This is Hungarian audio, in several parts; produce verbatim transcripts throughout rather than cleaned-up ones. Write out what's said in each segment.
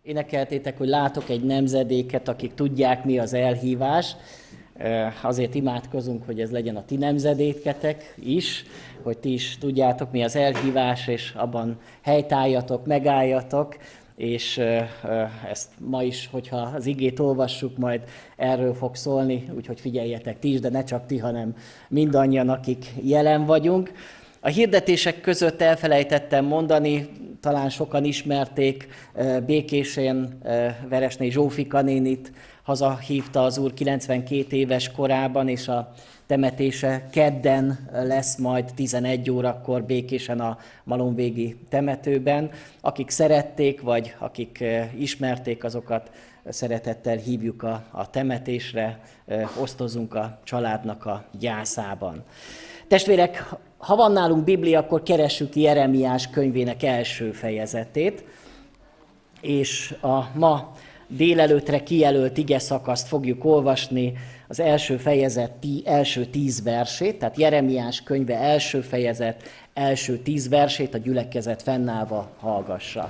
Énekeltétek, hogy látok egy nemzedéket, akik tudják, mi az elhívás. Azért imádkozunk, hogy ez legyen a ti nemzedéketek is, hogy ti is tudjátok, mi az elhívás, és abban helytálljatok, megálljatok, és ezt ma is, hogyha az igét olvassuk, majd erről fog szólni, úgyhogy figyeljetek ti is, de ne csak ti, hanem mindannyian, akik jelen vagyunk. A hirdetések között elfelejtettem mondani, talán sokan ismerték, Békésén Veresné Zsófika nénit hazahívta az Úr kilencvenkét éves korában, és a temetése kedden lesz majd tizenegy órakor Békésen a Malomvégi temetőben. Akik szerették, vagy akik ismerték, azokat szeretettel hívjuk a, a temetésre, osztozunk a családnak a gyászában. Testvérek, ha van nálunk Biblia, akkor keressük Jeremiás könyvének első fejezetét, és a ma délelőttre kijelölt ige szakaszt fogjuk olvasni, az első fejezet tí, első tíz versét, tehát Jeremiás könyve első fejezet, első tíz versét a gyülekezet fennállva hallgassa.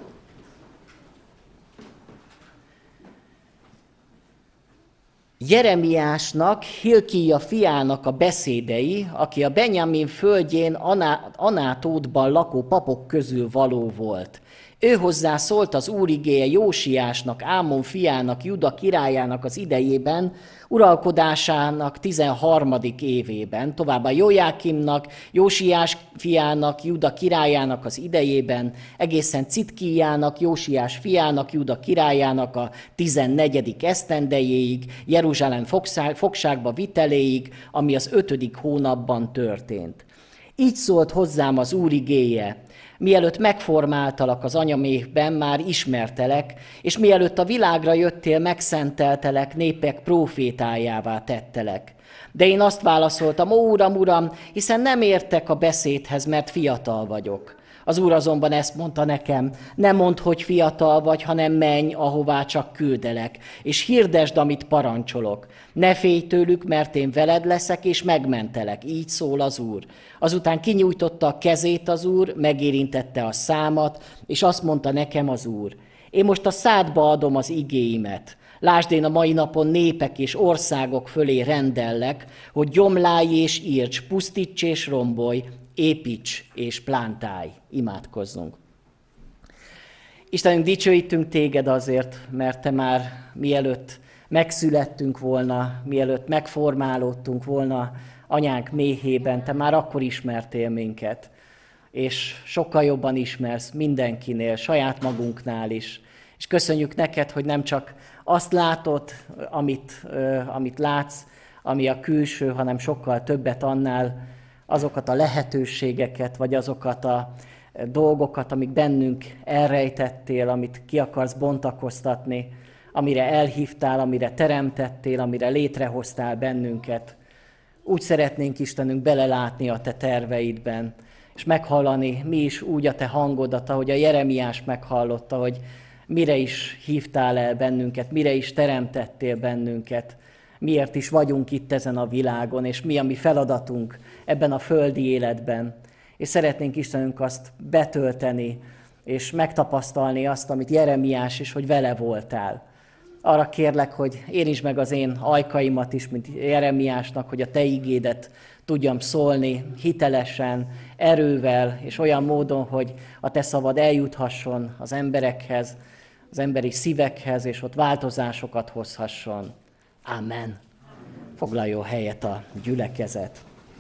Jeremiásnak, Hilkija fiának a beszédei, aki a Benjamin földjén Anátótban lakó papok közül való volt. Ő hozzá szólt az Úr igéje Jósiásnak, Ámon fiának, Juda királyának az idejében, uralkodásának tizenharmadik évében, továbbá Jójákimnak, Jósiás fiának, Juda királyának az idejében, egészen Citkíjának, Jósiás fiának, Juda királyának a tizennegyedik esztendejéig, Jeruzsálem fogságba viteléig, ami az ötödik hónapban történt. Így szólt hozzám az Úr igéje: mielőtt megformáltalak az anyaméhben, már ismertelek, és mielőtt a világra jöttél, megszenteltelek, népek prófétájává tettelek. De én azt válaszoltam: ó, Uram, Uram, hiszen nem értek a beszédhez, mert fiatal vagyok. Az Úr azonban ezt mondta nekem: ne mondd, hogy fiatal vagy, hanem menj, ahová csak küldelek, és hirdesd, amit parancsolok. Ne félj tőlük, mert én veled leszek, és megmentelek. Így szól az Úr. Azután kinyújtotta a kezét az Úr, megérintette a számat, és azt mondta nekem az Úr: én most a szádba adom az igéimet. Lásd, én a mai napon népek és országok fölé rendellek, hogy gyomlálj és írts, pusztíts és rombolj, építs és plántálj. Imádkozzunk. Istenünk, dicsőítünk téged azért, mert te már mielőtt megszülettünk volna, mielőtt megformálódtunk volna anyánk méhében, te már akkor ismertél minket, és sokkal jobban ismersz mindenkinél, saját magunknál is. És köszönjük neked, hogy nem csak azt látod, amit, amit látsz, ami a külső, hanem sokkal többet annál, azokat a lehetőségeket, vagy azokat a dolgokat, amik bennünk elrejtettél, amit ki akarsz bontakoztatni, amire elhívtál, amire teremtettél, amire létrehoztál bennünket. Úgy szeretnénk, Istenünk, belelátni a te terveidben, és meghallani mi is úgy a te hangodat, ahogy a Jeremiás meghallotta, hogy mire is hívtál el bennünket, mire is teremtettél bennünket, miért is vagyunk itt ezen a világon, és mi a mi feladatunk ebben a földi életben. És szeretnénk, Istenünk, azt betölteni, és megtapasztalni azt, amit Jeremiás is, hogy vele voltál. Arra kérlek, hogy érintsd meg az én ajkaimat is, mint Jeremiásnak, hogy a te igédet tudjam szólni hitelesen, erővel, és olyan módon, hogy a te szavad eljuthasson az emberekhez, az emberi szívekhez, és ott változásokat hozhasson. Amen. Foglaljon helyet a gyülekezet.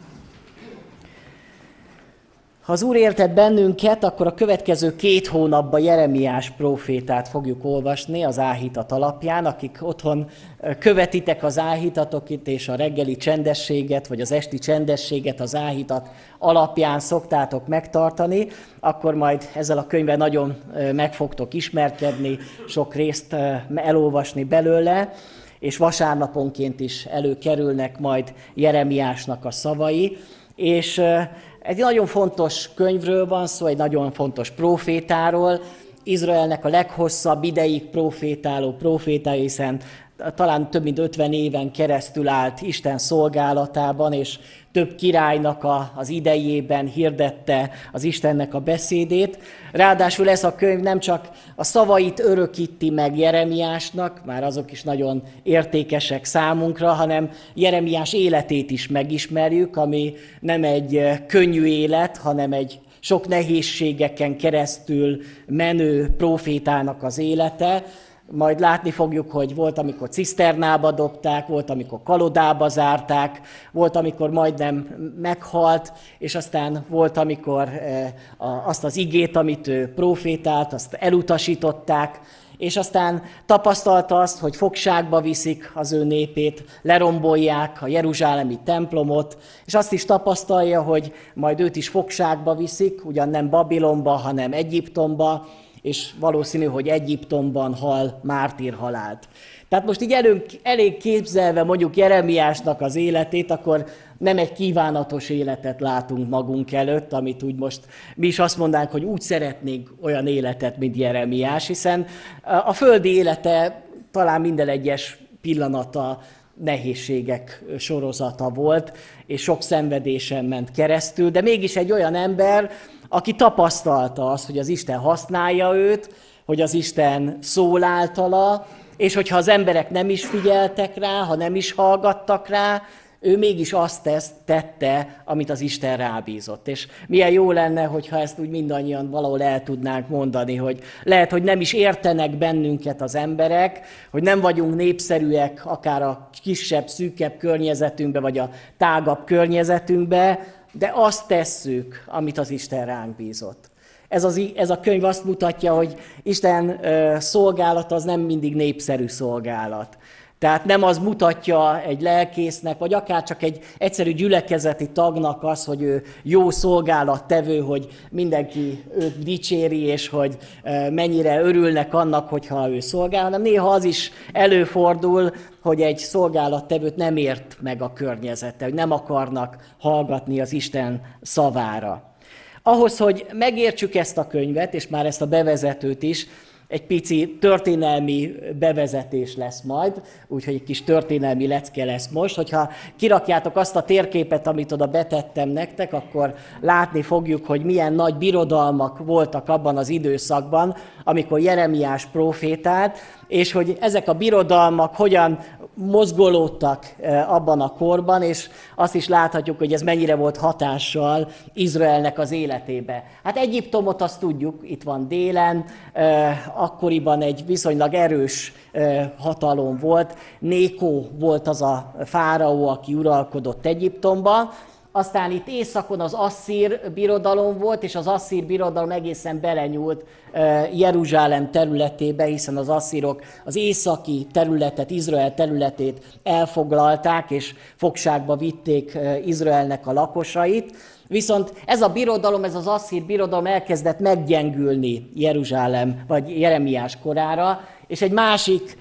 Ha az Úr értett bennünket, akkor a következő két hónapban Jeremiás prófétát fogjuk olvasni az áhítat alapján. Akik otthon követitek az áhítatokit és a reggeli csendességet, vagy az esti csendességet az áhítat alapján szoktátok megtartani, akkor majd ezzel a könyvvel nagyon meg fogtok ismerkedni, sok részt elolvasni belőle, és vasárnaponként is előkerülnek majd Jeremiásnak a szavai, és egy nagyon fontos könyvről van szó, egy nagyon fontos prófétáról, Izraelnek a leghosszabb ideig profétáló proféta, hiszen talán több mint ötven éven keresztül állt Isten szolgálatában, és több királynak a, az idejében hirdette az Istennek a beszédét. Ráadásul ez a könyv nem csak a szavait örökíti meg Jeremiásnak, már azok is nagyon értékesek számunkra, hanem Jeremiás életét is megismerjük, ami nem egy könnyű élet, hanem egy sok nehézségeken keresztül menő profétának az élete. Majd látni fogjuk, hogy volt, amikor ciszternába dobták, volt, amikor kalodába zárták, volt, amikor majdnem meghalt, és aztán volt, amikor azt az igét, amit ő profétált, azt elutasították, és aztán tapasztalta azt, hogy fogságba viszik az ő népét, lerombolják a jeruzsálemi templomot, és azt is tapasztalja, hogy majd őt is fogságba viszik, ugyan nem Babilonba, hanem Egyiptomba, és valószínű, hogy Egyiptomban hal mártírhalált. Tehát most így elő, elég képzelve mondjuk Jeremiásnak az életét, akkor nem egy kívánatos életet látunk magunk előtt, amit úgy most mi is azt mondanánk, hogy úgy szeretnénk olyan életet, mint Jeremiás, hiszen a földi élete talán minden egyes pillanata nehézségek sorozata volt, és sok szenvedésen ment keresztül, de mégis egy olyan ember, aki tapasztalta azt, hogy az Isten használja őt, hogy az Isten szól általa, és hogyha az emberek nem is figyeltek rá, ha nem is hallgattak rá, ő mégis azt tesz, tette, amit az Isten rábízott. És milyen jó lenne, hogyha ezt úgy mindannyian valahol el tudnánk mondani, hogy lehet, hogy nem is értenek bennünket az emberek, hogy nem vagyunk népszerűek akár a kisebb, szűkebb környezetünkbe, vagy a tágabb környezetünkbe, de azt tesszük, amit az Isten ránk bízott. Ez, az, ez a könyv azt mutatja, hogy Isten szolgálat az nem mindig népszerű szolgálat. Tehát nem az mutatja egy lelkésznek, vagy akár csak egy egyszerű gyülekezeti tagnak az, hogy ő jó szolgálattevő, hogy mindenki őt dicséri, és hogy mennyire örülnek annak, hogyha ő szolgál, hanem néha az is előfordul, hogy egy szolgálattevőt nem ért meg a környezete, hogy nem akarnak hallgatni az Isten szavára. Ahhoz, hogy megértsük ezt a könyvet, és már ezt a bevezetőt is, egy pici történelmi bevezetés lesz majd, úgyhogy egy kis történelmi lecke lesz most. Hogyha kirakjátok azt a térképet, amit oda betettem nektek, akkor látni fogjuk, hogy milyen nagy birodalmak voltak abban az időszakban, amikor Jeremiás profétált, és hogy ezek a birodalmak hogyan mozgolódtak abban a korban, és azt is láthatjuk, hogy ez mennyire volt hatással Izraelnek az életébe. Hát Egyiptomot azt tudjuk, itt van délen, akkoriban egy viszonylag erős hatalom volt. Nékó volt az a fáraó, aki uralkodott Egyiptomban. Aztán itt északon az asszír birodalom volt, és az asszír birodalom egészen belenyúlt Jeruzsálem területébe, hiszen az asszírok az északi területet, Izrael területét elfoglalták, és fogságba vitték Izraelnek a lakosait. Viszont ez a birodalom, ez az asszír birodalom elkezdett meggyengülni Jeruzsálem vagy Jeremiás korára, és egy másik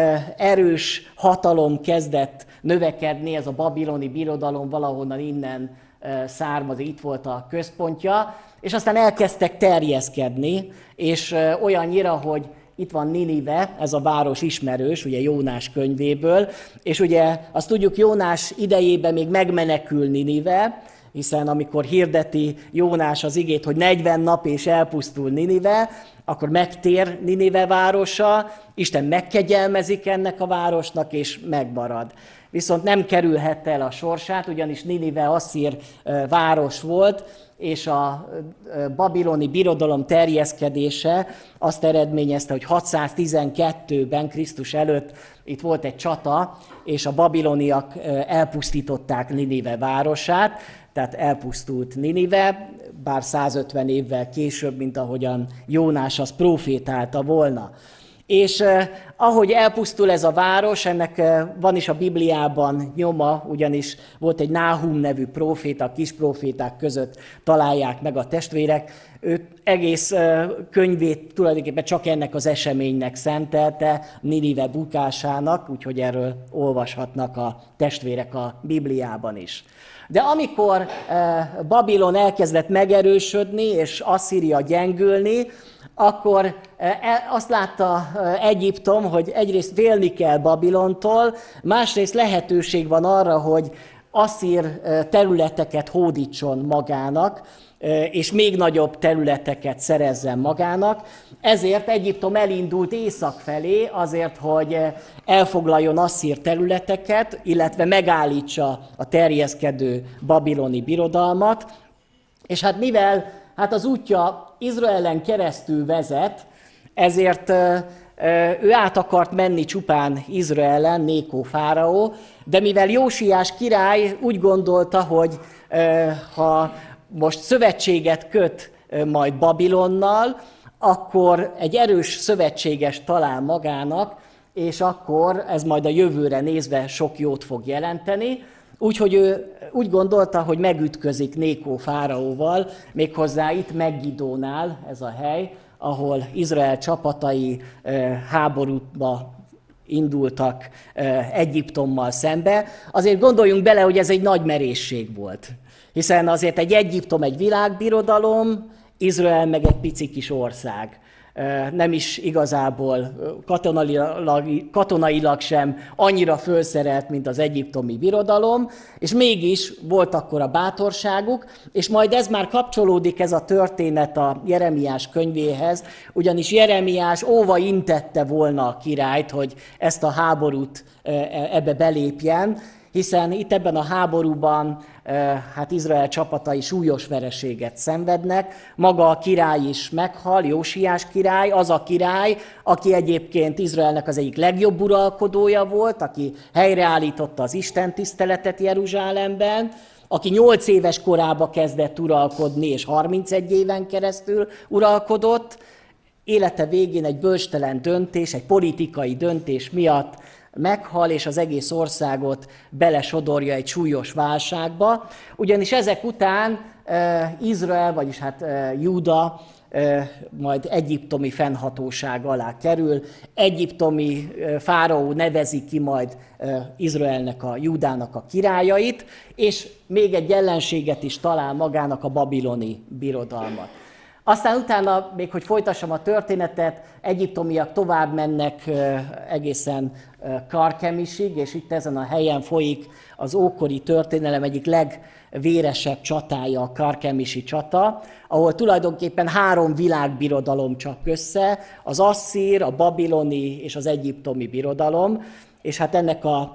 erős hatalom kezdett növekedni, ez a babiloni birodalom valahonnan innen származik, itt volt a központja, és aztán elkezdtek terjeszkedni, és olyannyira, hogy itt van Ninive, ez a város ismerős, ugye Jónás könyvéből, és ugye azt tudjuk, Jónás idejében még megmenekül Ninive, hiszen amikor hirdeti Jónás az igét, hogy negyven nap és elpusztul Ninive, akkor megtér Ninive városa, Isten megkegyelmezik ennek a városnak, és megmarad. Viszont nem kerülhette el a sorsát, ugyanis Ninive asszír város volt, és a babiloni birodalom terjeszkedése azt eredményezte, hogy hatszáztizenkettőben Krisztus előtt itt volt egy csata, és a babiloniak elpusztították Ninive városát, tehát elpusztult Ninive, bár százötven évvel később, mint ahogyan Jónás az profétálta volna. És ahogy elpusztul ez a város, ennek van is a Bibliában nyoma, ugyanis volt egy Náhum nevű próféta, a kis próféták között találják meg a testvérek. Ő egész könyvét tulajdonképpen csak ennek az eseménynek szentelte, Ninive bukásának, úgyhogy erről olvashatnak a testvérek a Bibliában is. De amikor Babilon elkezdett megerősödni, és Asszíria gyengülni, akkor azt látta Egyiptom, hogy egyrészt félni kell Babilontól, másrészt lehetőség van arra, hogy asszír területeket hódítson magának, és még nagyobb területeket szerezzen magának. Ezért Egyiptom elindult észak felé, azért, hogy elfoglaljon asszír területeket, illetve megállítsa a terjeszkedő babiloni birodalmat. És hát mivel hát az útja Izraelen keresztül vezet, ezért ő át akart menni csupán Izraelen, Nékó fáraó, de mivel Jósiás király úgy gondolta, hogy ha most szövetséget köt majd Babilonnal, akkor egy erős szövetséges talál magának, és akkor ez majd a jövőre nézve sok jót fog jelenteni. Úgyhogy ő úgy gondolta, hogy megütközik Nékó fáraóval, méghozzá itt Meggidónál, ez a hely, ahol Izrael csapatai háborúba indultak Egyiptommal szembe. Azért gondoljunk bele, hogy ez egy nagy merészség volt. Hiszen azért egy Egyiptom egy világbirodalom, Izrael meg egy pici kis ország. Nem is igazából katonailag, katonailag sem annyira fölszerelt, mint az egyiptomi birodalom, és mégis volt akkor a bátorságuk, és majd ez már kapcsolódik ez a történet a Jeremiás könyvéhez, ugyanis Jeremiás óva intette volna a királyt, hogy ezt a háborút ebbe belépjen, hiszen itt ebben a háborúban hát Izrael csapatai súlyos vereséget szenvednek, maga a király is meghal, Jósiás király, az a király, aki egyébként Izraelnek az egyik legjobb uralkodója volt, aki helyreállította az istentiszteletet Jeruzsálemben, aki nyolc éves korában kezdett uralkodni, és harmincegy éven keresztül uralkodott, élete végén egy bölcstelen döntés, egy politikai döntés miatt meghal, és az egész országot belesodorja egy súlyos válságba. Ugyanis ezek után Izrael, vagyis hát Júda majd egyiptomi fennhatóság alá kerül. Egyiptomi fáraó nevezi ki majd Izraelnek, a Júdának a királyait, és még egy ellenséget is talál magának, a babiloni birodalmat. Aztán utána, még hogy folytassam a történetet, egyiptomiak tovább mennek egészen Karkemisig, és itt ezen a helyen folyik az ókori történelem egyik legvéresebb csatája, a Karkemisi csata, ahol tulajdonképpen három világbirodalom csap össze, az asszír, a babiloni és az egyiptomi birodalom, és hát ennek az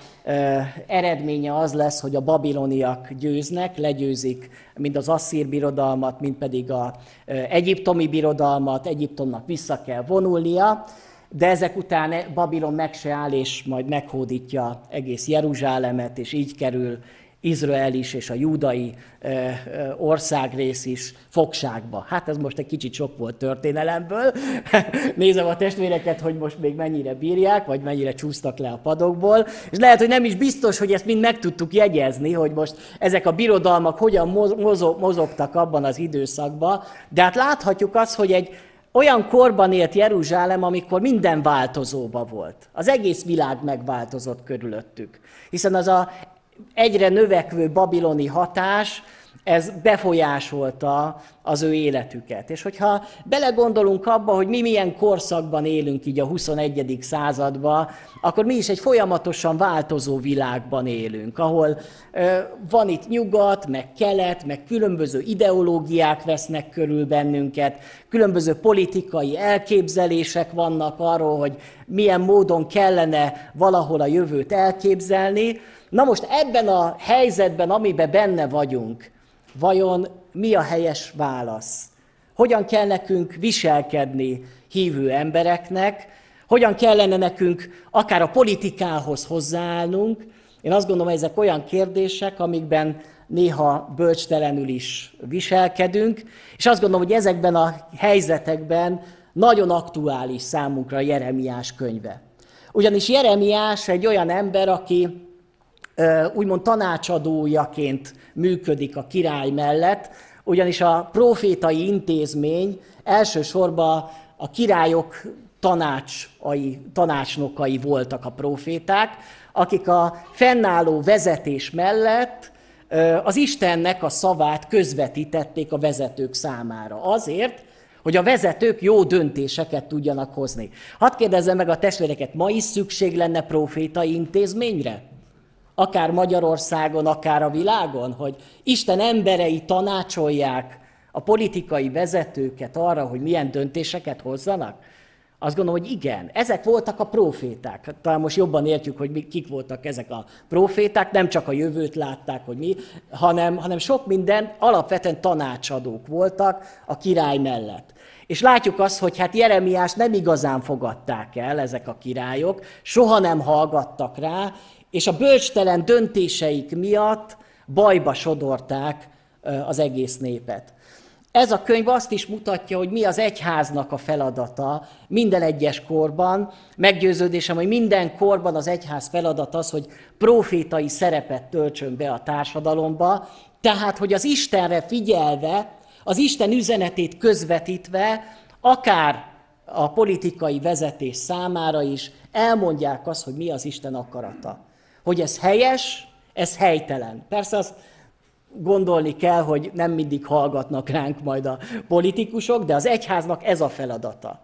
eredménye az lesz, hogy a babiloniak győznek, legyőzik mind az asszír birodalmat, mind pedig az egyiptomi birodalmat, Egyiptomnak vissza kell vonulnia, de ezek után Babilon meg se áll, és majd meghódítja egész Jeruzsálemet, és így kerül Izrael is, és a júdai országrész is fogságba. Hát ez most egy kicsit sok volt történelemből. Nézem a testvéreket, hogy most még mennyire bírják, vagy mennyire csúsztak le a padokból. És lehet, hogy nem is biztos, hogy ezt mind meg tudtuk jegyezni, hogy most ezek a birodalmak hogyan mozogtak abban az időszakban. De hát láthatjuk azt, hogy egy olyan korban élt Jeruzsálem, amikor minden változóba volt. Az egész világ megváltozott körülöttük. Hiszen az a egyre növekvő babiloni hatás, ez befolyásolta az ő életüket. És hogyha belegondolunk abba, hogy mi milyen korszakban élünk így a huszonegyedik században, akkor mi is egy folyamatosan változó világban élünk, ahol ö, van itt nyugat, meg kelet, meg különböző ideológiák vesznek körül bennünket, különböző politikai elképzelések vannak arról, hogy milyen módon kellene valahol a jövőt elképzelni. Na most ebben a helyzetben, amiben benne vagyunk, vajon mi a helyes válasz? Hogyan kell nekünk viselkedni hívő embereknek? Hogyan kellene nekünk akár a politikához hozzáállnunk? Én azt gondolom, hogy ezek olyan kérdések, amikben néha bölcstelenül is viselkedünk, és azt gondolom, hogy ezekben a helyzetekben nagyon aktuális számunkra Jeremiás könyve. Ugyanis Jeremiás egy olyan ember, aki úgymond tanácsadójaként működik a király mellett, ugyanis a prófétai intézmény elsősorban a királyok tanácsai, tanácsnokai voltak a próféták, akik a fennálló vezetés mellett az Istennek a szavát közvetítették a vezetők számára. Azért, hogy a vezetők jó döntéseket tudjanak hozni. Hadd kérdezzem meg a testvéreket, ma is szükség lenne prófétai intézményre? Akár Magyarországon, akár a világon, hogy Isten emberei tanácsolják a politikai vezetőket arra, hogy milyen döntéseket hozzanak? Azt gondolom, hogy igen. Ezek voltak a próféták. Talán most jobban értjük, hogy kik voltak ezek a próféták, nem csak a jövőt látták, hogy mi, hanem, hanem sok minden alapvetően tanácsadók voltak a király mellett. És látjuk azt, hogy hát Jeremiás nem igazán fogadták el ezek a királyok, soha nem hallgattak rá, és a bölcstelen döntéseik miatt bajba sodorták az egész népet. Ez a könyv azt is mutatja, hogy mi az egyháznak a feladata minden egyes korban. Meggyőződésem, hogy minden korban az egyház feladata az, hogy prófétai szerepet töltsön be a társadalomba, tehát, hogy az Istenre figyelve, az Isten üzenetét közvetítve, akár a politikai vezetés számára is elmondják azt, hogy mi az Isten akarata. Hogy ez helyes, ez helytelen. Persze azt gondolni kell, hogy nem mindig hallgatnak ránk majd a politikusok, de az egyháznak ez a feladata.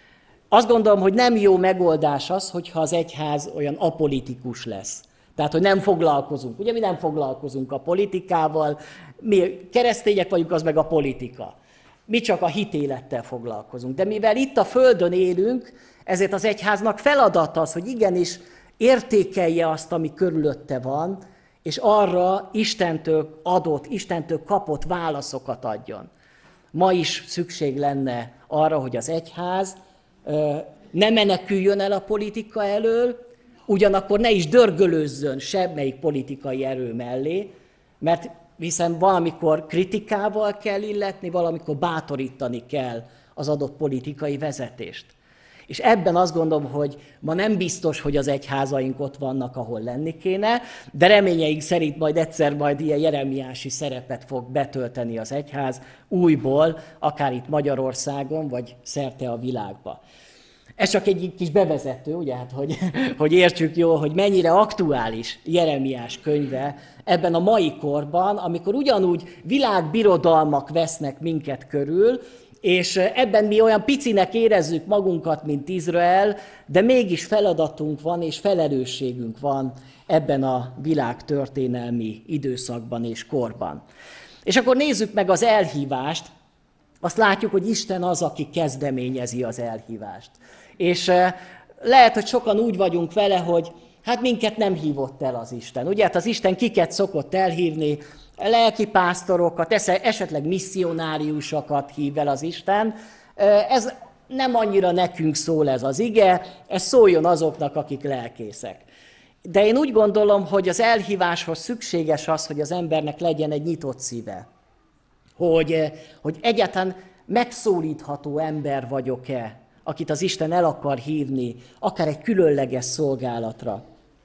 Azt gondolom, hogy nem jó megoldás az, hogyha az egyház olyan apolitikus lesz. Tehát, hogy nem foglalkozunk. Ugye mi nem foglalkozunk a politikával, mi keresztények vagyunk, az meg a politika. Mi csak a hitélettel foglalkozunk. De mivel itt a Földön élünk, ezért az egyháznak feladata az, hogy igenis értékelje azt, ami körülötte van, és arra Istentől adott, Istentől kapott válaszokat adjon. Ma is szükség lenne arra, hogy az egyház ne meneküljön el a politika elől, ugyanakkor ne is dörgölőzzön semmelyik politikai erő mellé, mert hiszen valamikor kritikával kell illetni, valamikor bátorítani kell az adott politikai vezetést. És ebben azt gondolom, hogy ma nem biztos, hogy az egyházaink ott vannak, ahol lenni kéne, de reményeink szerint majd egyszer majd ilyen jeremiási szerepet fog betölteni az egyház újból, akár itt Magyarországon, vagy szerte a világba. Ez csak egy kis bevezető, ugye, hát, hogy, hogy értsük jól, hogy mennyire aktuális Jeremiás könyve ebben a mai korban, amikor ugyanúgy világbirodalmak vesznek minket körül, és ebben mi olyan picinek érezzük magunkat, mint Izrael, de mégis feladatunk van, és felelősségünk van ebben a világtörténelmi időszakban és korban. És akkor nézzük meg az elhívást. Azt látjuk, hogy Isten az, aki kezdeményezi az elhívást. És lehet, hogy sokan úgy vagyunk vele, hogy hát minket nem hívott el az Isten. Ugye, hát az Isten kiket szokott elhívni? Lelkipásztorokat, esetleg misszionáriusokat hív el az Isten. Ez nem annyira nekünk szól ez az ige, ez szóljon azoknak, akik lelkészek. De én úgy gondolom, hogy az elhíváshoz szükséges az, hogy az embernek legyen egy nyitott szíve. Hogy, hogy egyáltalán megszólítható ember vagyok-e, akit az Isten el akar hívni, akár egy különleges szolgálatra.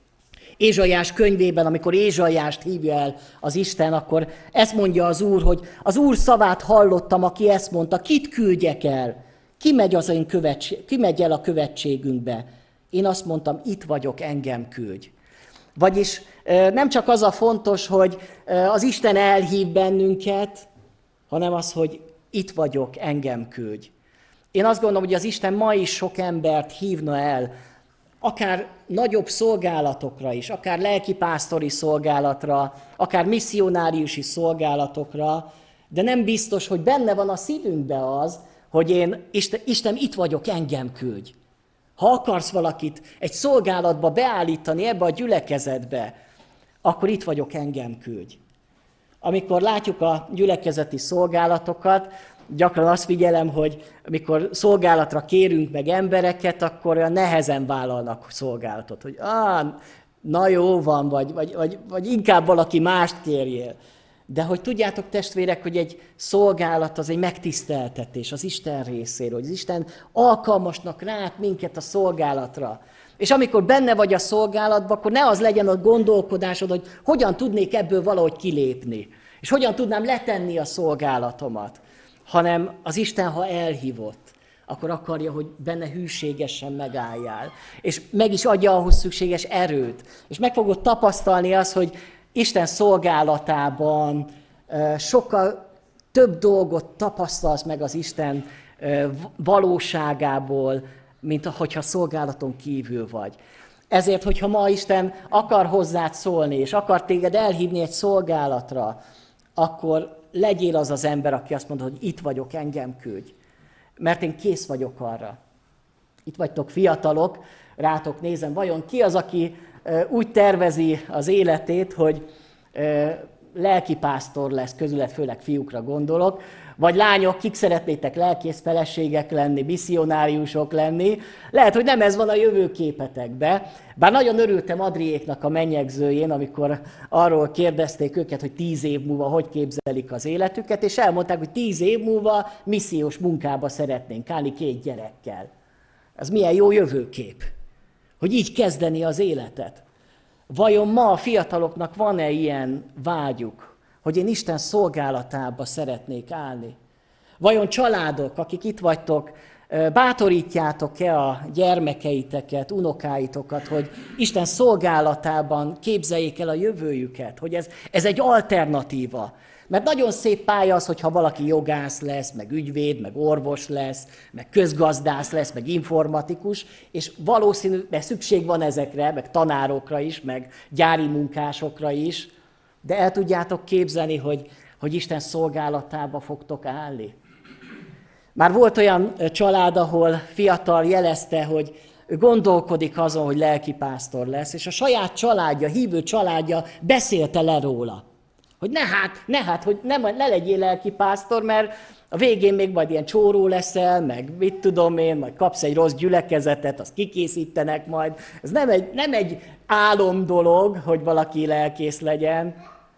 Ézsaiás könyvében, amikor Ézsaiást hívja el az Isten, akkor ezt mondja az Úr, hogy az Úr szavát hallottam, aki ezt mondta, kit küldjek el? Ki megy, az én követség, ki megy el a követségünkbe? Én azt mondtam, itt vagyok, engem küldj. Vagyis nem csak az a fontos, hogy az Isten elhív bennünket, hanem az, hogy itt vagyok, engem küldj. Én azt gondolom, hogy az Isten ma is sok embert hívna el, akár nagyobb szolgálatokra is, akár lelkipásztori szolgálatra, akár misszionáriusi szolgálatokra, de nem biztos, hogy benne van a szívünkben az, hogy én, Isten, Isten itt vagyok, engem küldj. Ha akarsz valakit egy szolgálatba beállítani ebbe a gyülekezetbe, akkor itt vagyok, engem küldj. Amikor látjuk a gyülekezeti szolgálatokat, gyakran azt figyelem, hogy amikor szolgálatra kérünk meg embereket, akkor olyan nehezen vállalnak szolgálatot, hogy ah, na jó van, vagy, vagy, vagy, vagy inkább valaki mást kérjél. De hogy tudjátok, testvérek, hogy egy szolgálat az egy megtiszteltetés az Isten részéről, hogy az Isten alkalmasnak lát minket a szolgálatra. És amikor benne vagy a szolgálatban, akkor ne az legyen a gondolkodásod, hogy hogyan tudnék ebből valahogy kilépni, és hogyan tudnám letenni a szolgálatomat, hanem az Isten, ha elhívott, akkor akarja, hogy benne hűségesen megálljál. És meg is adja ahhoz szükséges erőt. És meg fogod tapasztalni azt, hogy Isten szolgálatában sokkal több dolgot tapasztalsz meg az Isten valóságából, mint ahogyha szolgálaton kívül vagy. Ezért, hogyha ma Isten akar hozzád szólni, és akar téged elhívni egy szolgálatra, akkor legyél az az ember, aki azt mondja, hogy itt vagyok, engem küldj. Mert én kész vagyok arra. Itt vagytok fiatalok, rátok nézem, vajon ki az, aki úgy tervezi az életét, hogy lelkipásztor lesz, közület főleg fiúkra gondolok, vagy lányok, kik szeretnétek lelkész feleségek lenni, misszionáriusok lenni. Lehet, hogy nem ez van a jövőképetekben. Bár nagyon örültem Adriéknak a mennyegzőjén, amikor arról kérdezték őket, hogy tíz év múlva hogy képzelik az életüket, és elmondták, hogy tíz év múlva missziós munkába szeretnénk állni két gyerekkel. Ez milyen jó jövőkép, hogy így kezdeni az életet. Vajon ma a fiataloknak van-e ilyen vágyuk, hogy én Isten szolgálatába szeretnék állni? Vajon családok, akik itt vagytok, bátorítjátok-e a gyermekeiteket, unokáitokat, hogy Isten szolgálatában képzeljék el a jövőjüket, hogy ez, ez egy alternatíva? Mert nagyon szép pálya az, hogyha valaki jogász lesz, meg ügyvéd, meg orvos lesz, meg közgazdász lesz, meg informatikus, és valószínű, mert szükség van ezekre, meg tanárokra is, meg gyári munkásokra is, de el tudjátok képzelni, hogy, hogy Isten szolgálatába fogtok állni. Már volt olyan család, ahol fiatal jelezte, hogy ő gondolkodik azon, hogy lelkipásztor lesz, és a saját családja, hívő családja beszélte le róla. Hogy ne hát, ne hát, hogy ne, ne legyél lelkipásztor, mert a végén még majd ilyen csóró leszel, meg mit tudom én, majd kapsz egy rossz gyülekezetet, azt kikészítenek majd. Ez nem egy, nem egy álom dolog, hogy valaki lelkész legyen.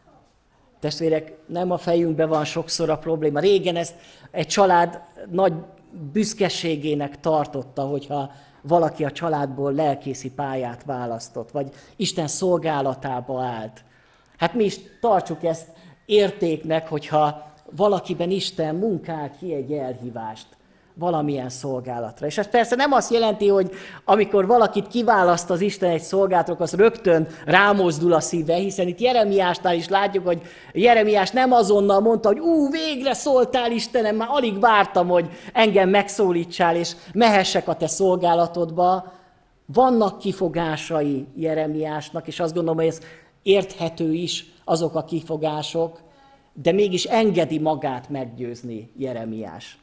Testvérek, nem a fejünkben van sokszor a probléma. Régen ezt egy család nagy büszkeségének tartotta, hogyha valaki a családból lelkészi pályát választott, vagy Isten szolgálatába állt. Hát mi is tartsuk ezt értéknek, hogyha valakiben Isten munkál ki egy elhívást valamilyen szolgálatra. És ez persze nem azt jelenti, hogy amikor valakit kiválaszt az Isten egy szolgálatra, az rögtön rámozdul a szíve, hiszen itt Jeremiásnál is látjuk, hogy Jeremiás nem azonnal mondta, hogy ú, végre szóltál Istenem, már alig vártam, hogy engem megszólítsál, és mehessek a te szolgálatodba. Vannak kifogásai Jeremiásnak, és azt gondolom, hogy ez érthető is azok a kifogások, de mégis engedi magát meggyőzni Jeremiás.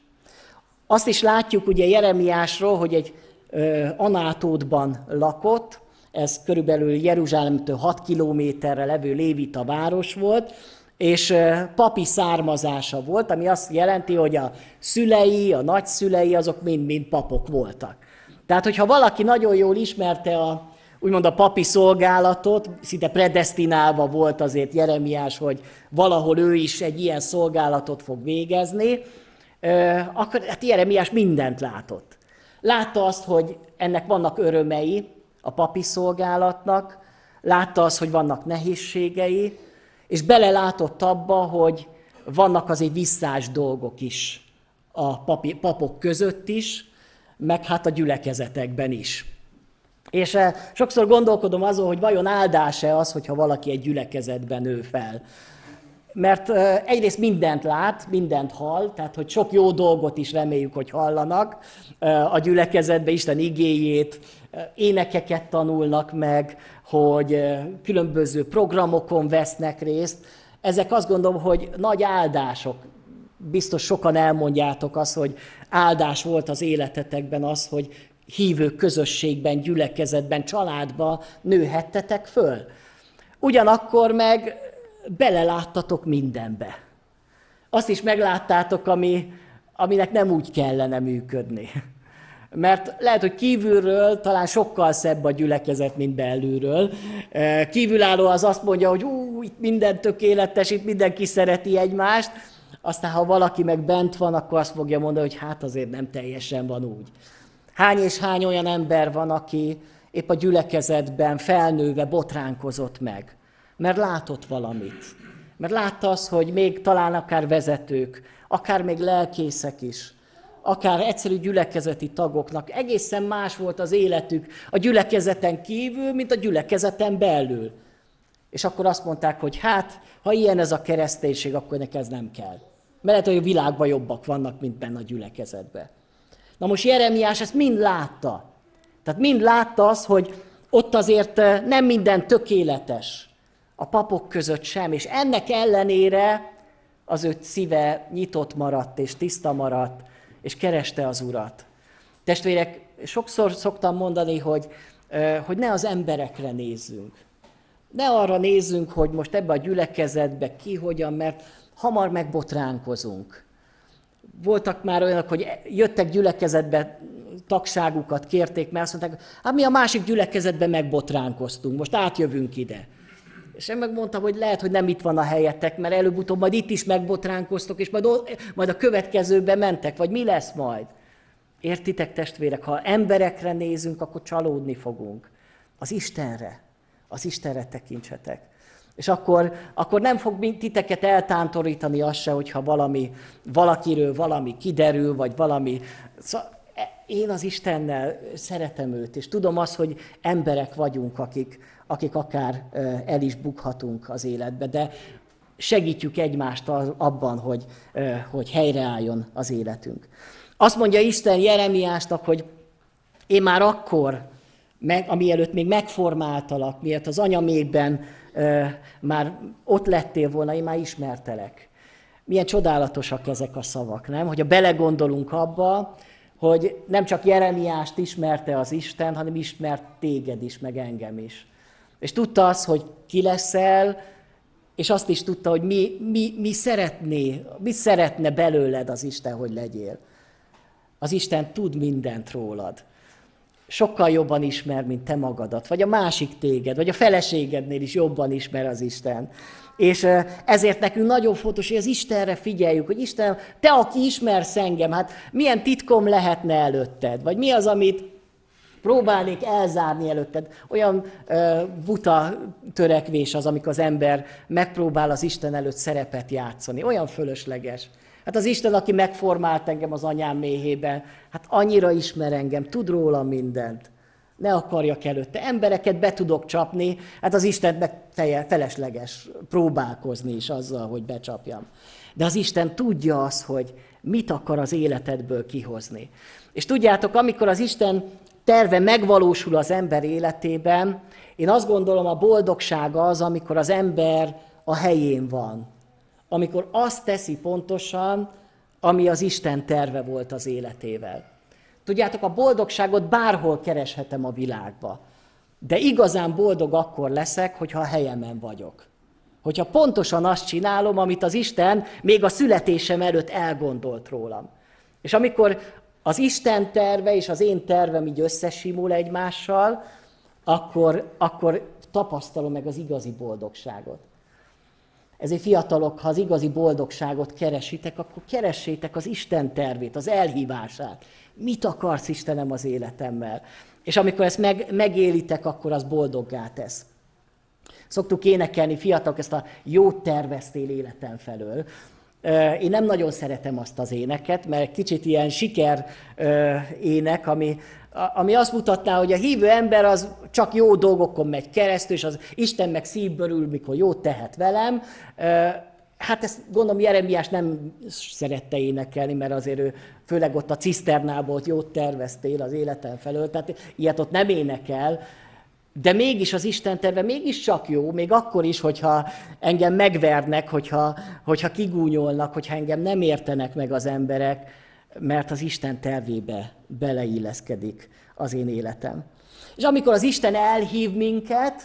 Azt is látjuk ugye Jeremiásról, hogy egy ö, Anátótban lakott, ez körülbelül Jeruzsálemtől hat kilométerre levő lévita város volt, és ö, papi származása volt, ami azt jelenti, hogy a szülei, a nagyszülei, azok mind-mind papok voltak. Tehát, hogyha valaki nagyon jól ismerte a úgymond a papi szolgálatot, szinte predesztinálva volt azért Jeremiás, hogy valahol ő is egy ilyen szolgálatot fog végezni, akkor hát Jeremiás mindent látott. Látta azt, hogy ennek vannak örömei a papi szolgálatnak, látta azt, hogy vannak nehézségei, és belelátott abba, hogy vannak azért visszás dolgok is a papi, papok között is, meg hát a gyülekezetekben is. És sokszor gondolkodom azon, hogy vajon áldás-e az, hogyha valaki egy gyülekezetben nő fel. Mert egyrészt mindent lát, mindent hall, tehát hogy sok jó dolgot is reméljük, hogy hallanak a gyülekezetben, Isten igéjét, énekeket tanulnak meg, hogy különböző programokon vesznek részt. Ezek azt gondolom, hogy nagy áldások. Biztos sokan elmondjátok azt, hogy áldás volt az életetekben az, hogy hívő közösségben, gyülekezetben, családban nőhettetek föl. Ugyanakkor meg beleláttatok mindenbe. Azt is megláttátok, ami, aminek nem úgy kellene működni. Mert lehet, hogy kívülről talán sokkal szebb a gyülekezet, mint belülről. Kívülálló az azt mondja, hogy ú, itt minden tökéletes, itt mindenki szereti egymást. Aztán, ha valaki meg bent van, akkor azt fogja mondani, hogy hát azért nem teljesen van úgy. Hány és hány olyan ember van, aki épp a gyülekezetben felnőve botránkozott meg, mert látott valamit. Mert látta azt, hogy még talán akár vezetők, akár még lelkészek is, akár egyszerű gyülekezeti tagoknak egészen más volt az életük a gyülekezeten kívül, mint a gyülekezeten belül. És akkor azt mondták, hogy hát, ha ilyen ez a kereszténység, akkor nekem ez nem kell. Mert lehet, hogy a világban jobbak vannak, mint benne a gyülekezetben. Na most Jeremiás ezt mind látta. Tehát mind látta azt, hogy ott azért nem minden tökéletes, a papok között sem, és ennek ellenére az ő szíve nyitott maradt, és tiszta maradt, és kereste az Urat. Testvérek, sokszor szoktam mondani, hogy, hogy ne az emberekre nézzünk. Ne arra nézzünk, hogy most ebbe a gyülekezetbe ki, hogyan, mert hamar megbotránkozunk. Voltak már olyanok, hogy jöttek gyülekezetbe, tagságukat kérték, mert azt mondták, hát mi a másik gyülekezetben megbotránkoztunk, most átjövünk ide. És én megmondtam, hogy lehet, hogy nem itt van a helyetek, mert előbb-utóbb majd itt is megbotránkoztok, és majd, majd a következőben mentek, vagy mi lesz majd? Értitek, testvérek, ha emberekre nézünk, akkor csalódni fogunk. Az Istenre, az Istenre tekintsetek. És akkor, akkor nem fog titeket eltántorítani az se, hogyha valami, valakiről valami kiderül, vagy valami... Én az Istennel szeretem őt, és tudom azt, hogy emberek vagyunk, akik, akik akár el is bukhatunk az életbe, de segítjük egymást abban, hogy, hogy helyreálljon az életünk. Azt mondja Isten Jeremiásnak, hogy én már akkor, meg, amielőtt még megformáltalak, miért az anyamékben már ott lettél volna, én már ismertelek. Milyen csodálatosak ezek a szavak, nem? Hogyha belegondolunk abba, hogy nem csak Jeremiást ismerte az Isten, hanem ismert téged is, meg engem is. És tudta azt, hogy ki leszel, és azt is tudta, hogy mi, mi, mi szeretné, mi szeretne belőled az Isten, hogy legyél. Az Isten tud mindent rólad. Sokkal jobban ismer, mint te magadat, vagy a másik téged, vagy a feleségednél is jobban ismer az Isten. És ezért nekünk nagyon fontos, hogy az Istenre figyeljük, hogy Isten, te, aki ismersz engem, hát milyen titkom lehetne előtted, vagy mi az, amit próbálnék elzárni előtted. Olyan uh, buta törekvés az, amikor az ember megpróbál az Isten előtt szerepet játszani. Olyan fölösleges. Hát az Isten, aki megformált engem az anyám méhében, hát annyira ismer engem, tud róla mindent. Ne akarjak előtte. Embereket be tudok csapni, hát az Istent meg felesleges próbálkozni is azzal, hogy becsapjam. De az Isten tudja azt, hogy mit akar az életedből kihozni. És tudjátok, amikor az Isten terve megvalósul az ember életében, én azt gondolom, a boldogság az, amikor az ember a helyén van. Amikor azt teszi pontosan, ami az Isten terve volt az életével. Tudjátok, a boldogságot bárhol kereshetem a világba, de igazán boldog akkor leszek, hogyha a helyemen vagyok. Hogyha pontosan azt csinálom, amit az Isten még a születésem előtt elgondolt rólam. És amikor az Isten terve és az én tervem így összesimul egymással, akkor, akkor tapasztalom meg az igazi boldogságot. Ezért fiatalok, ha az igazi boldogságot keresitek, akkor keressétek az Isten tervét, az elhívását. Mit akarsz, Istenem, az életemmel? És amikor ezt meg, megélitek, akkor az boldoggá tesz. Szoktuk énekelni, fiatalok, ezt a jót terveztél életem felől. Én nem nagyon szeretem azt az éneket, mert kicsit ilyen siker ének, ami, ami azt mutatná, hogy a hívő ember az csak jó dolgokon megy keresztül, és az Isten meg szívből ül, mikor jót tehet velem. Hát ezt gondolom Jeremiás nem szerette énekelni, mert azért ő főleg ott a ciszternából ott jót terveztél az életem felől, tehát ilyet ott nem énekel, de mégis az Isten terve mégis csak jó, még akkor is, hogyha engem megvernek, hogyha, hogyha kigúnyolnak, hogyha engem nem értenek meg az emberek, mert az Isten tervébe beleilleszkedik az én életem. És amikor az Isten elhív minket,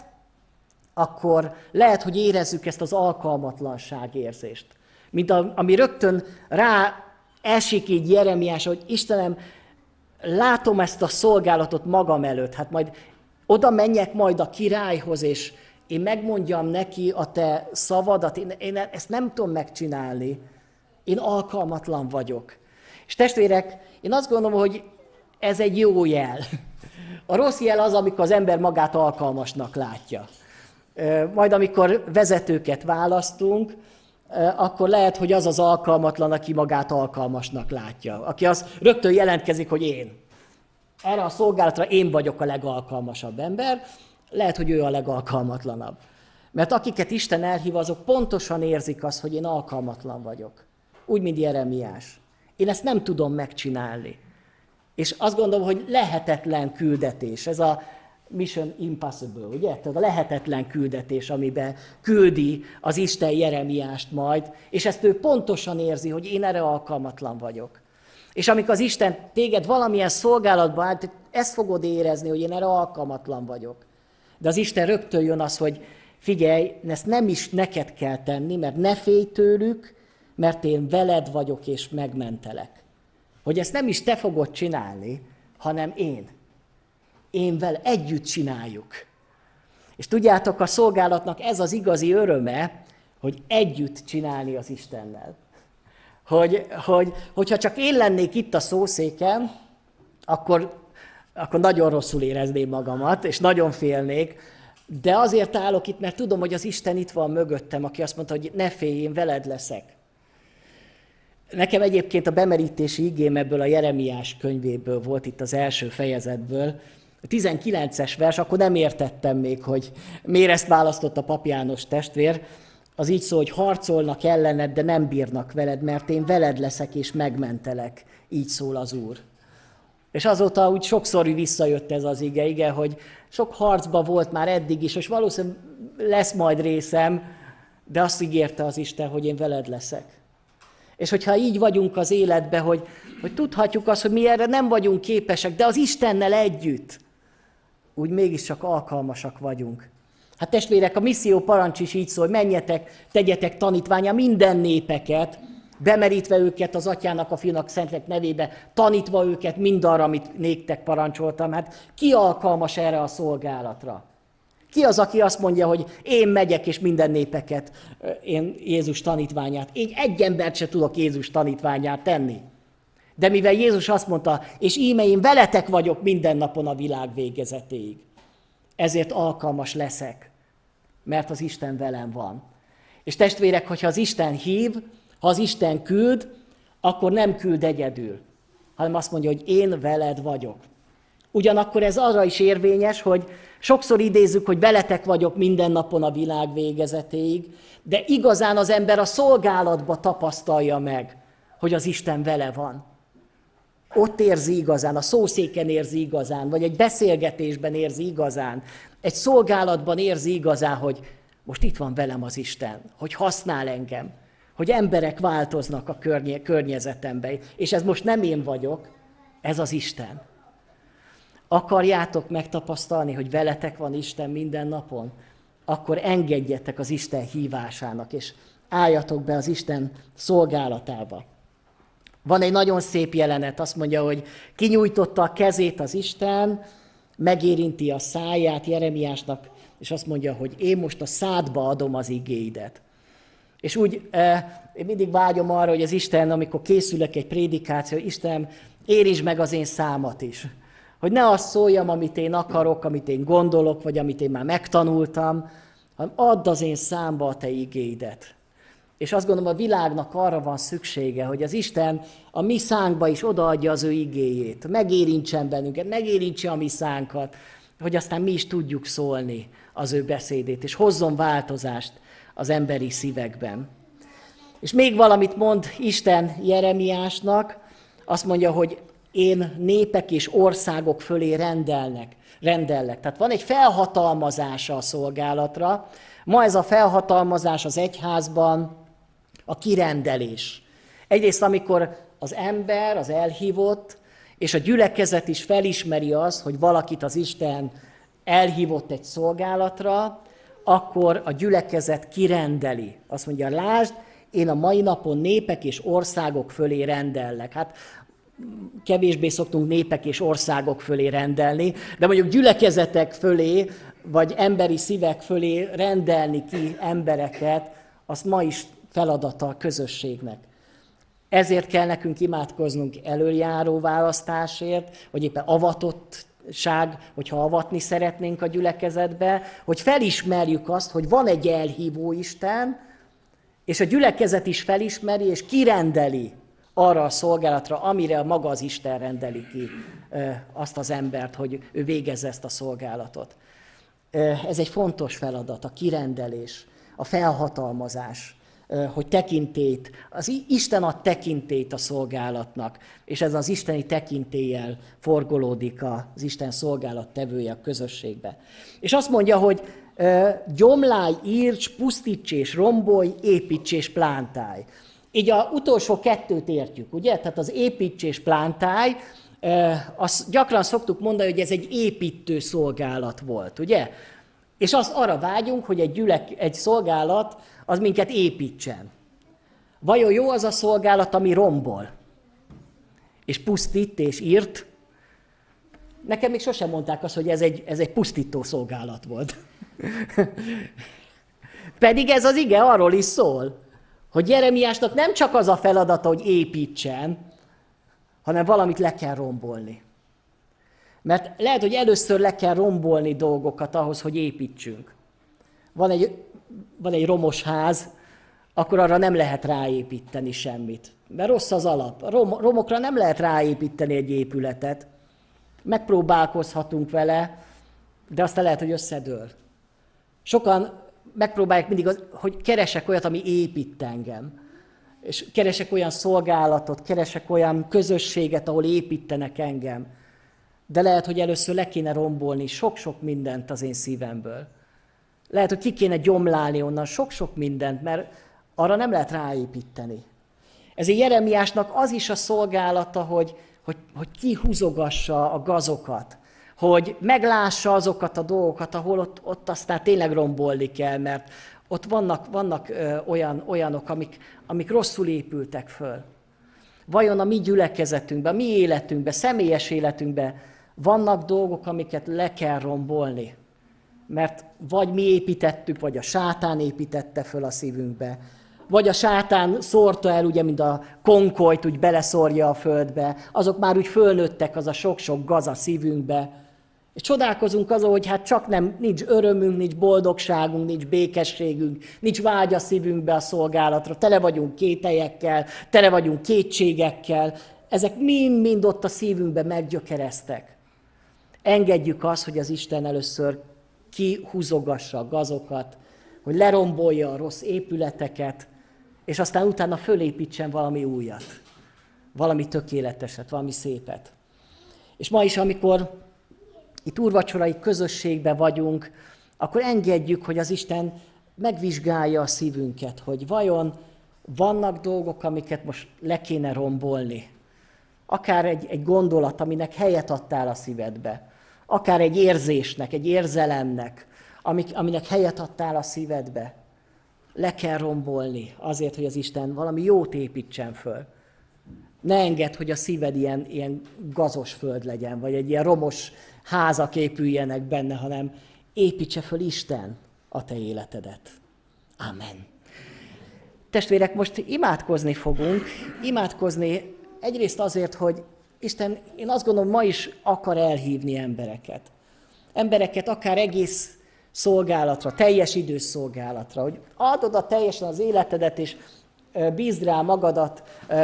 akkor lehet, hogy érezzük ezt az alkalmatlanság érzést. Mint a, ami rögtön rá esik így Jeremiás, hogy Istenem, látom ezt a szolgálatot magam előtt, hát majd oda menjek majd a királyhoz, és én megmondjam neki a te szavadat, én, én ezt nem tudom megcsinálni, én alkalmatlan vagyok. És testvérek, én azt gondolom, hogy ez egy jó jel. A rossz jel az, amikor az ember magát alkalmasnak látja. Majd amikor vezetőket választunk, akkor lehet, hogy az az alkalmatlan, aki magát alkalmasnak látja. Aki az rögtön jelentkezik, hogy én. Erre a szolgálatra én vagyok a legalkalmasabb ember, lehet, hogy ő a legalkalmatlanabb. Mert akiket Isten elhív, azok pontosan érzik azt, hogy én alkalmatlan vagyok. Úgy, mint Jeremiás. Én ezt nem tudom megcsinálni. És azt gondolom, hogy lehetetlen küldetés. Ez a mission impossible, ugye? Tehát a lehetetlen küldetés, amiben küldi az Isten Jeremiást majd, és ezt ő pontosan érzi, hogy én erre alkalmatlan vagyok. És amikor az Isten téged valamilyen szolgálatba állt, ezt fogod érezni, hogy én erre alkalmatlan vagyok. De az Isten rögtön jön az, hogy figyelj, ezt nem is neked kell tenni, mert ne félj tőlük, mert én veled vagyok és megmentelek. Hogy ezt nem is te fogod csinálni, hanem én. Én vele együtt csináljuk. És tudjátok, a szolgálatnak ez az igazi öröme, hogy együtt csinálni az Istennel. Hogy, hogy, hogyha csak én lennék itt a szószéken, akkor, akkor nagyon rosszul érezném magamat, és nagyon félnék, de azért állok itt, mert tudom, hogy az Isten itt van mögöttem, aki azt mondta, hogy ne félj, én veled leszek. Nekem egyébként a bemerítési igém ebből a Jeremiás könyvéből volt, itt az első fejezetből, a tizenkilences vers, akkor nem értettem még, hogy miért ezt választott a Pap János testvér. Az így szól, hogy harcolnak ellened, de nem bírnak veled, mert én veled leszek és megmentelek. Így szól az Úr. És azóta úgy sokszor visszajött ez az ige, igen, hogy sok harcba volt már eddig is, és valószínűleg lesz majd részem, de azt ígérte az Isten, hogy én veled leszek. És hogyha így vagyunk az életben, hogy, hogy tudhatjuk azt, hogy mi erre nem vagyunk képesek, de az Istennel együtt, úgy mégiscsak alkalmasak vagyunk. Hát testvérek, a misszió parancs is így szól, hogy menjetek, tegyetek tanítvánnyá minden népeket, bemerítve őket az Atyának, a Fiúnak, Szentlélek nevébe, tanítva őket mindarra, amit néktek parancsoltam. Hát ki alkalmas erre a szolgálatra? Ki az, aki azt mondja, hogy én megyek, és minden népeket, én Jézus tanítványát. Én egy embert se tudok Jézus tanítványát tenni. De mivel Jézus azt mondta, és íme én veletek vagyok minden napon a világ végezetéig, ezért alkalmas leszek, mert az Isten velem van. És testvérek, hogyha az Isten hív, ha az Isten küld, akkor nem küld egyedül, hanem azt mondja, hogy én veled vagyok. Ugyanakkor ez arra is érvényes, hogy sokszor idézzük, hogy veletek vagyok minden napon a világ végezetéig, de igazán az ember a szolgálatba tapasztalja meg, hogy az Isten vele van. Ott érzi igazán, a szószéken érzi igazán, vagy egy beszélgetésben érzi igazán, egy szolgálatban érzi igazán, hogy most itt van velem az Isten, hogy használ engem, hogy emberek változnak a környe- környezetemben, és ez most nem én vagyok, ez az Isten. Akarjátok megtapasztalni, hogy veletek van Isten minden napon? Akkor engedjetek az Isten hívásának, és álljatok be az Isten szolgálatába. Van egy nagyon szép jelenet, azt mondja, hogy kinyújtotta a kezét az Isten, megérinti a száját Jeremiásnak, és azt mondja, hogy én most a szádba adom az igéidet. És úgy eh, én mindig vágyom arra, hogy az Isten, amikor készülök egy prédikáció, Isten, érintsd meg az én számat is. Hogy ne azt szóljam, amit én akarok, amit én gondolok, vagy amit én már megtanultam, hanem add az én számba a te igéidet. És azt gondolom, a világnak arra van szüksége, hogy az Isten a mi szánkba is odaadja az ő igéjét, megérintsen bennünket, megérintse a mi szánkat, hogy aztán mi is tudjuk szólni az ő beszédét, és hozzon változást az emberi szívekben. És még valamit mond Isten Jeremiásnak, azt mondja, hogy én népek és országok fölé rendelnek, rendellek. Tehát van egy felhatalmazása a szolgálatra. Ma ez a felhatalmazás az egyházban a kirendelés. Egyrészt, amikor az ember, az elhívott, és a gyülekezet is felismeri azt, hogy valakit az Isten elhívott egy szolgálatra, akkor a gyülekezet kirendeli. Azt mondja, lásd, én a mai napon népek és országok fölé rendellek. Hát kevésbé szoktunk népek és országok fölé rendelni, de mondjuk gyülekezetek fölé, vagy emberi szívek fölé rendelni ki embereket, azt ma is feladata a közösségnek. Ezért kell nekünk imádkoznunk elöljáró választásért, vagy éppen avatott hogyha avatni szeretnénk a gyülekezetbe, hogy felismerjük azt, hogy van egy elhívó Isten, és a gyülekezet is felismeri, és kirendeli arra a szolgálatra, amire maga az Isten rendeli ki azt az embert, hogy ő végezze ezt a szolgálatot. Ez egy fontos feladat, a kirendelés, a felhatalmazás, hogy tekintét, az Isten ad tekintét a szolgálatnak, és ez az isteni tekintéllyel forgolódik az Isten szolgálattevője a közösségbe. És azt mondja, hogy gyomlálj, írts, pusztíts és rombolj, építs és plántálj. Így az utolsó kettőt értjük, ugye? Tehát az építs és plántálj, azt gyakran szoktuk mondani, hogy ez egy építő szolgálat volt, ugye? És azt arra vágyunk, hogy egy, gyülek, egy szolgálat az minket építsen. Vajon jó az a szolgálat, ami rombol? És pusztít és írt? Nekem még sosem mondták azt, hogy ez egy, ez egy pusztító szolgálat volt. Pedig ez az ige arról is szól, hogy Jeremiásnak nem csak az a feladata, hogy építsen, hanem valamit le kell rombolni. Mert lehet, hogy először le kell rombolni dolgokat ahhoz, hogy építsünk. Van egy, van egy romos ház, akkor arra nem lehet ráépíteni semmit. Mert rossz az alap. Rom, romokra nem lehet ráépíteni egy épületet. Megpróbálkozhatunk vele, de aztán lehet, hogy összedől. Sokan megpróbálják mindig, az, hogy keresek olyat, ami épít engem. És keresek olyan szolgálatot, keresek olyan közösséget, ahol építenek engem. De lehet, hogy először le kéne rombolni sok-sok mindent az én szívemből. Lehet, hogy ki kéne gyomlálni onnan sok-sok mindent, mert arra nem lehet ráépíteni. Ezért Jeremiásnak az is a szolgálata, hogy, hogy, hogy kihúzogassa a gazokat, hogy meglássa azokat a dolgokat, ahol ott, ott aztán tényleg rombolni kell, mert ott vannak, vannak ö, olyan, olyanok, amik, amik rosszul épültek föl. Vajon a mi gyülekezetünkben, a mi életünkben, személyes életünkben vannak dolgok, amiket le kell rombolni? Mert vagy mi építettük, vagy a sátán építette föl a szívünkbe, vagy a sátán szórta el, ugye, mint a konkolyt, úgy beleszórja a földbe, azok már úgy fölnőttek az a sok-sok gaz a szívünkbe, és csodálkozunk azon, hogy hát csak nem, nincs örömünk, nincs boldogságunk, nincs békességünk, nincs vágy a szívünkbe a szolgálatra, tele vagyunk kételyekkel, tele vagyunk kétségekkel, ezek mind-mind ott a szívünkben meggyökereztek. Engedjük azt, hogy az Isten először kihúzogassa a gazokat, hogy lerombolja a rossz épületeket, és aztán utána fölépítsen valami újat, valami tökéleteset, valami szépet. És ma is, amikor itt úrvacsorai közösségben vagyunk, akkor engedjük, hogy az Isten megvizsgálja a szívünket, hogy vajon vannak dolgok, amiket most le kéne rombolni. Akár egy, egy gondolat, aminek helyet adtál a szívedbe. Akár egy érzésnek, egy érzelemnek, amik, aminek helyet adtál a szívedbe. Le kell rombolni azért, hogy az Isten valami jót építsen föl. Ne engedd, hogy a szíved ilyen, ilyen gazos föld legyen, vagy egy ilyen romos házak épüljenek benne, hanem építse föl Isten a te életedet. Amen. Testvérek, most imádkozni fogunk. Imádkozni egyrészt azért, hogy Isten, én azt gondolom, ma is akar elhívni embereket. Embereket akár egész szolgálatra, teljes idős szolgálatra, hogy add oda teljesen az életedet, és bízd rá magadat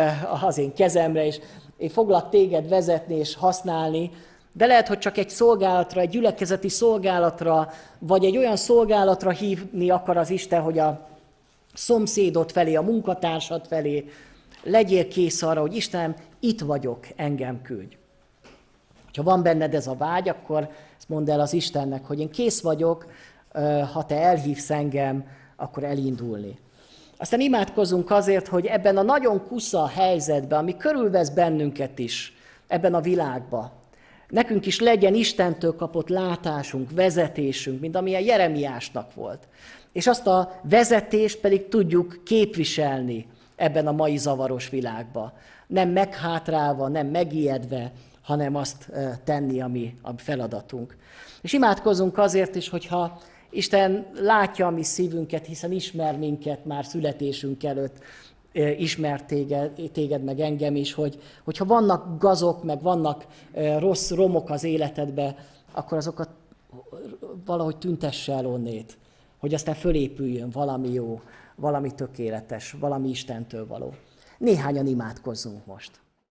az én kezemre, és én foglak téged vezetni és használni, de lehet, hogy csak egy szolgálatra, egy gyülekezeti szolgálatra, vagy egy olyan szolgálatra hívni akar az Isten, hogy a szomszédod felé, a munkatársad felé legyél kész arra, hogy Istenem, itt vagyok, engem küldj. Ha van benned ez a vágy, akkor ezt mondd el az Istennek, hogy én kész vagyok, ha te elhívsz engem, akkor elindulni. Aztán imádkozunk azért, hogy ebben a nagyon kusza helyzetben, ami körülvesz bennünket is, ebben a világban, nekünk is legyen Istentől kapott látásunk, vezetésünk, mint amilyen Jeremiásnak volt. És azt a vezetést pedig tudjuk képviselni ebben a mai zavaros világban. Nem meghátrálva, nem megijedve, hanem azt tenni, ami a feladatunk. És imádkozunk azért is, hogyha Isten látja a mi szívünket, hiszen ismer minket már születésünk előtt, ismert téged, téged, meg engem is, hogy hogyha vannak gazok, meg vannak rossz romok az életedbe, akkor azokat valahogy tüntesse el onnét, hogy aztán fölépüljön valami jó, valami tökéletes, valami Istentől való. Néhányan imádkozzunk most.